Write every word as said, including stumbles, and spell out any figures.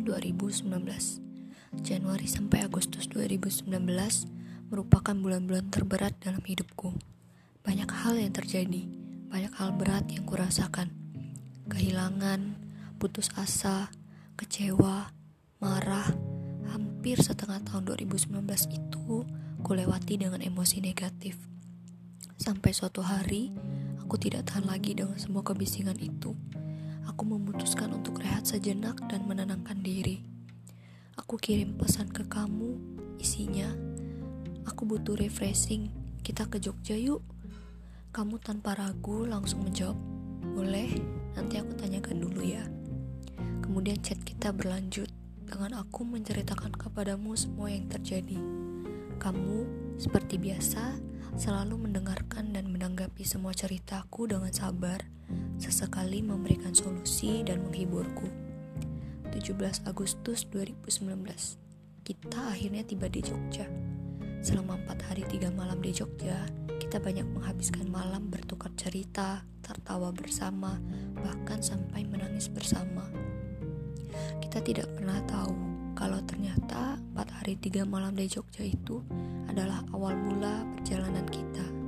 tahun dua ribu sembilan belas. Januari sampai Agustus dua ribu sembilan belas merupakan bulan-bulan terberat dalam hidupku. Banyak hal yang terjadi, banyak hal berat yang kurasakan. Kehilangan, putus asa, kecewa, marah. Hampir setengah tahun dua ribu sembilan belas itu kulewati dengan emosi negatif. Sampai suatu hari, aku tidak tahan lagi dengan semua kebisingan itu. Aku memutuskan untuk rehat sejenak dan menenangkan diri. Aku kirim pesan ke kamu, isinya, aku butuh refreshing, kita ke Jogja yuk. Kamu tanpa ragu langsung menjawab, boleh, nanti aku tanyakan dulu ya. Kemudian chat kita berlanjut, dengan aku menceritakan kepadamu semua yang terjadi. Kamu, seperti biasa, selalu mendengarkan dan menanggapi semua ceritaku dengan sabar, sesekali memberikan solusi dan menghiburku. tujuh belas Agustus dua ribu sembilan belas, kita akhirnya tiba di Jogja. Selama empat hari tiga malam di Jogja, kita banyak menghabiskan malam bertukar cerita, tertawa bersama, bahkan sampai menangis bersama. Kita tidak pernah tahu kalau ternyata empat hari tiga malam di Jogja itu adalah awal mula perjalanan kita.